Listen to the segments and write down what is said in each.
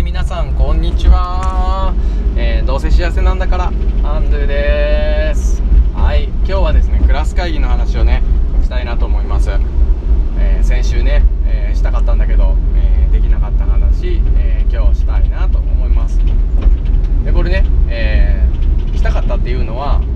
皆さんこんにちは。どうせ幸せなんだからアンドゥです。はい、今日はですねクラス会議の話をねしたいなと思います。先週ね、したかったんだけど、できなかった話、今日したいなと思います。でこれね、したかったっていうのは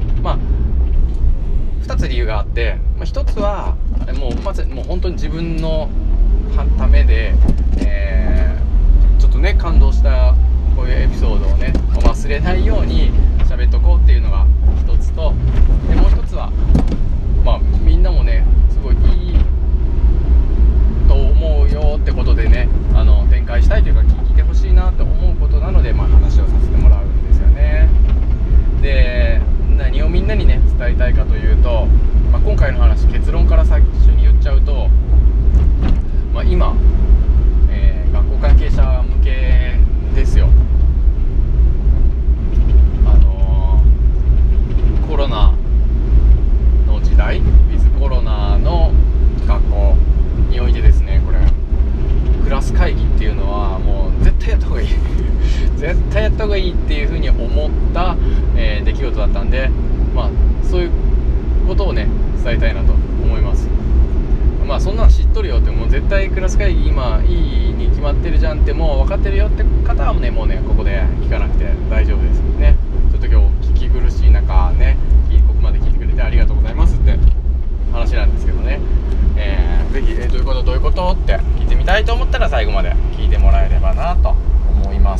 2つ理由があって、1つはまず本当に自分のためで、ちょっとね感動したこういうエピソードをね忘れないように喋っとこうっていうのが1つと、でもう1つはみんなもねすごいいいと思うよってことでね展開したいというか聞いてほしいなと思うことなので、話をさせてもらうんですよね。で何をみんなにね伝えたいかというと、今回の話結論から最初に言っちゃうと、今、学校関係者向けですよ。コロナの時代、ウィズコロナの学校においてですね、これクラス会議っていうのはもう絶対やった方がいい絶対やった方がいいっていうふうに思った、出来事だったんで、そういうことをね伝えたいなと思います。そんなん知っとるよって、もう絶対クラス会議今いいに決まってるじゃんってもう分かってるよって方はねもうねここで聞かなくて大丈夫ですね。ちょっと今日聞き苦しい中ねここまで聞いてくれてありがとうございますって話なんですけどね、ぜひ、どういうことって聞いてみたいと思ったら最後まで聞いてもらえればなと思います。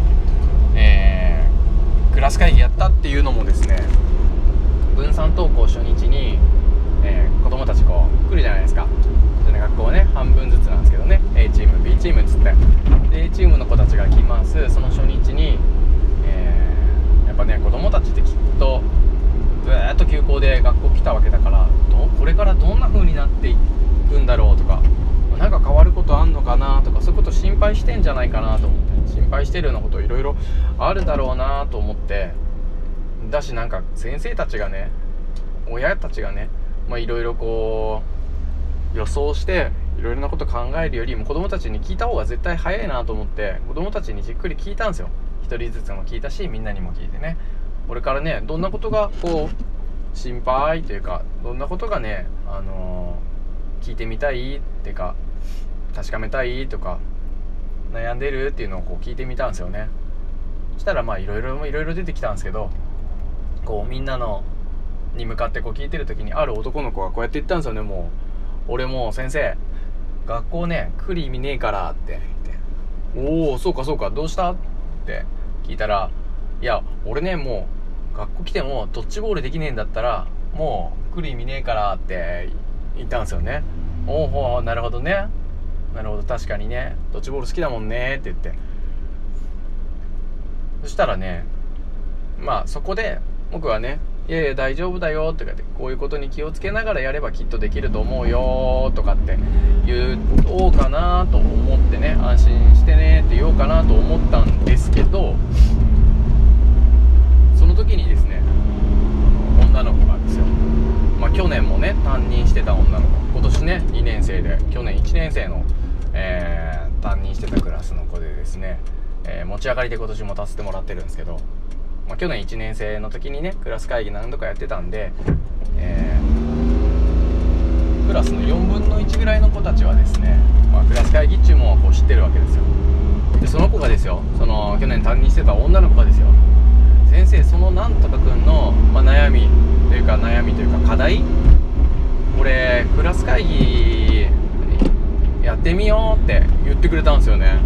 クラス会議やったっていうのもですね、分散登校初日に子供たちこう来るじゃないですか。学校ね半分ずつなんですけどね、 A チーム B チームっつって、で A チームの子たちが来ます。その初日に、やっぱね子供たちってきっとずっと休校で学校来たわけだから、これからどんな風になっていくんだろうとか、なんか変わることあんのかなとか、そういうこと心配してんじゃないかなと思って、心配してるようなこといろいろあるだろうなと思って、だしなんか先生たちがね親たちがねいろいろこう予想していろいろなこと考えるよりも子供たちに聞いた方が絶対早いなと思って、子供たちにじっくり聞いたんですよ。一人ずつも聞いたしみんなにも聞いてね、これからねどんなことがこう心配というか、どんなことがね聞いてみたいっていうか確かめたいとか悩んでるっていうのをこう聞いてみたんですよね。そしたらいろいろ出てきたんですけど、こうみんなのに向かってこう聞いてる時にある男の子がこうやって言ったんですよね。もう俺もう先生学校ね来る意味ねえからって言って、おおそうかどうしたって聞いたら、いや俺ねもう学校来てもドッジボールできねえんだったらもう来る意味ねえからって言ったんですよね。おおなるほどね、なるほど確かにねドッジボール好きだもんねって言って、そしたらねそこで僕はねいやいや大丈夫だよって言って、こういうことに気をつけながらやればきっとできると思うよとかって言おうかなと思ってね、安心してねって言おうかなと思ったんですけど、その時にですね女の子がですよ、去年もね担任してた女の子、今年ね2年生で去年1年生の、担任してたクラスの子でですね、持ち上がりで今年もたせてもらってるんですけど、去年1年生の時にねクラス会議何度かやってたんで、クラスの4分の1ぐらいの子たちはですね、クラス会議中もこう知ってるわけですよ。でその子がですよ、その去年担任してた女の子がですよ、先生そのなんとかくんの、悩みというか課題、これクラス会議やってみようって言ってくれたんですよね。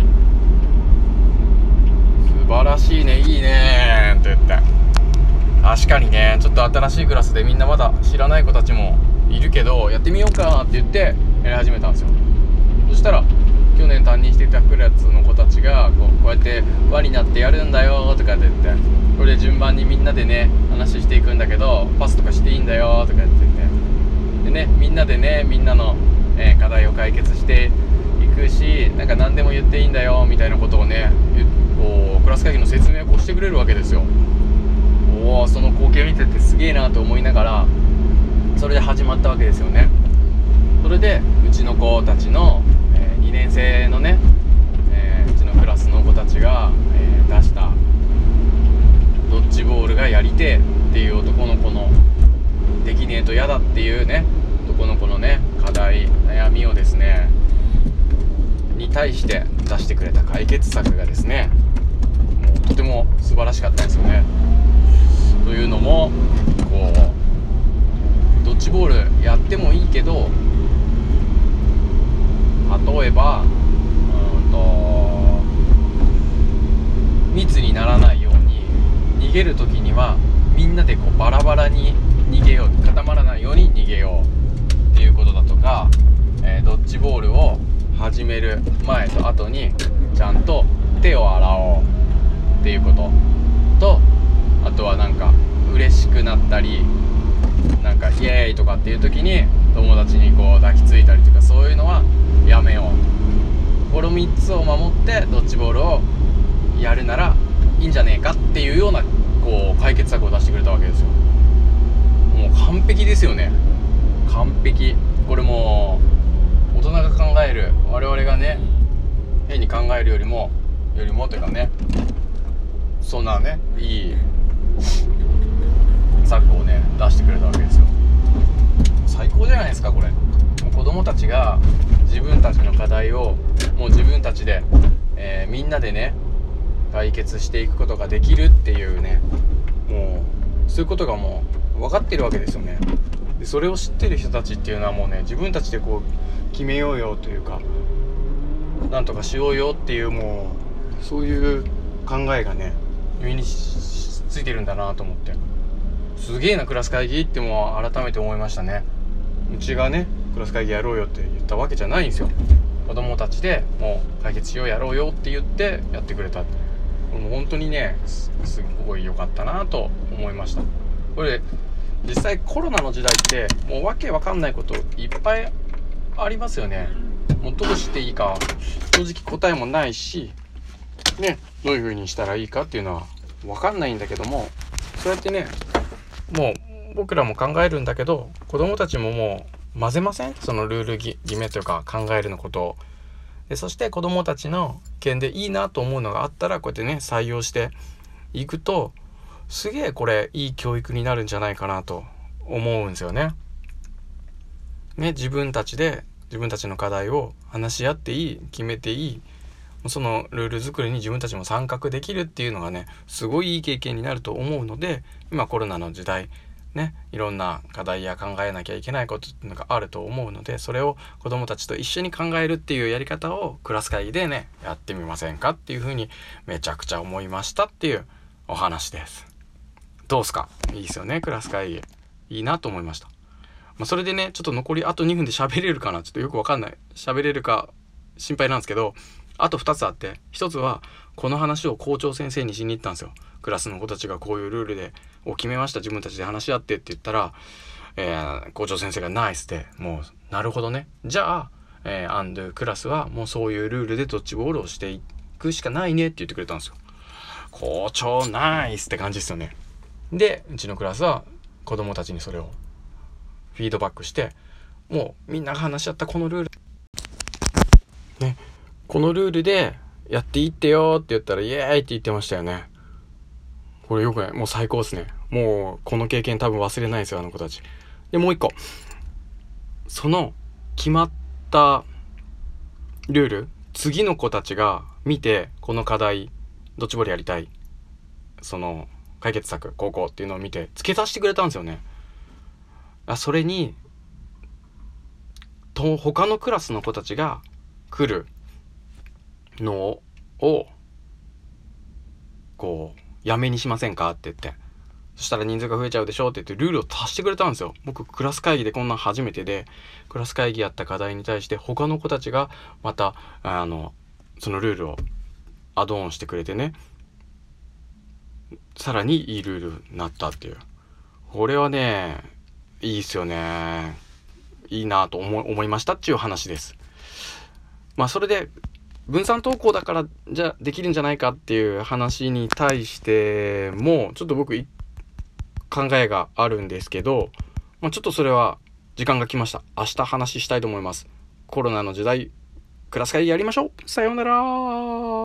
素晴らしいね、いいねって言って、確かにねちょっと新しいクラスでみんなまだ知らない子たちもいるけどやってみようかって言ってやり始めたんですよ。そしたら去年担任していたクラスの子たちがこうやって輪になってやるんだよとかって言って、これで順番にみんなでね話していくんだけどパスとかしていいんだよとかって言って、でねみんなでねみんなの、課題を解決していくし、なんか何でも言っていいんだよみたいなことをねこうクラス会議の説明をこうしてくれるわけですよ。おおその光景見ててすげえなと思いながら、それで始まったわけですよね。それでうちの子たちの、2年生のね、うちのクラスの子たちが対して出してくれた解決策がですね、もうとても素晴らしかったんですよね。というのもこうドッジボールやってもいいけど、例えば密にならないように逃げるときにはみんなでこうバラバラに逃げよう、固まらないように逃げようっていうことだとか、ドッジボールを始める前と後にちゃんと手を洗おうっていうことと、あとはなんか嬉しくなったりなんかイエーイとかっていう時に友達にこう抱きついたりとか、そういうのはやめよう。この3つを守ってドッジボールをやるならいいんじゃねえかっていうようなこう解決策を出してくれたわけですよ。もう完璧ですよね。完璧。これも大人が考える、我々がね変に考えるよりもというかね、そんなねいい策をね出してくれたわけですよ。最高じゃないですかこれ。子供たちが自分たちの課題をもう自分たちで、みんなでね解決していくことができるっていうね、もうそういうことがもう分かってるわけですよね。でそれを知ってる人たちっていうのはもうね、自分たちでこう決めようよというか、なんとかしようよっていう、もうそういう考えがね身についてるんだなと思って、すげえなクラス会議ってもう改めて思いましたね。うちがねクラス会議やろうよって言ったわけじゃないんですよ。子供たちでもう解決しようやろうよって言ってやってくれた。もう本当にねすごい良かったなと思いました。これ実際コロナの時代ってもうわけわかんないこといっぱいありますよね。もうどうしていいか正直答えもないしね、どういう風にしたらいいかっていうのはわかんないんだけども、そうやってねもう僕らも考えるんだけど、子供たちももう混ぜません？そのルール決めというか考えるのことを。でそして子供たちの意見でいいなと思うのがあったらこうやってね採用していくと、すげえこれいい教育になるんじゃないかなと思うんですよね。自分たちで自分たちの課題を話し合っていい、決めていい、そのルール作りに自分たちも参画できるっていうのがねすごいいい経験になると思うので、今コロナの時代ね、いろんな課題や考えなきゃいけないことっていうのがあると思うので、それを子どもたちと一緒に考えるっていうやり方をクラス会議でねやってみませんかっていうふうにめちゃくちゃ思いましたっていうお話です。どうすか？いいですよね、クラス会議いいなと思いました。それでねちょっと残りあと2分で喋れるかな、ちょっとよくわかんない、喋れるか心配なんですけど、あと2つあって、1つはこの話を校長先生にしに行ったんですよ。クラスの子たちがこういうルールでを決めました、自分たちで話し合ってって言ったら、校長先生がナイスで、もうなるほどね、じゃあ、アンドゥクラスはもうそういうルールでドッジボールをしていくしかないねって言ってくれたんですよ。校長ナイスって感じですよね。でうちのクラスは子供たちにそれをフィードバックして、もうみんなが話し合ったこのルールね、このルールでやっていってよって言ったらイエーイって言ってましたよね。これよくない？もう最高ですね。もうこの経験多分忘れないですよ、あの子たち。でもう一個、その決まったルール、次の子たちが見てこの課題ドッジボールやりたい、その解決策こうっていうのを見て付け足してくれたんですよね。それに他のクラスの子たちが来るのをこうやめにしませんかって言って、そしたら人数が増えちゃうでしょって言ってルールを足してくれたんですよ。僕クラス会議でこんなん初めてで、クラス会議やった課題に対して他の子たちがまたそのルールをアドオンしてくれてね、さらにいいルールになったっていう、これはねいいっすよね、いいなと思いましたっていう話です。それで分散登校だからじゃできるんじゃないかっていう話に対してもちょっと僕考えがあるんですけど、ちょっとそれは時間が来ました。明日話したいと思います。コロナの時代クラス会議やりましょう。さようなら。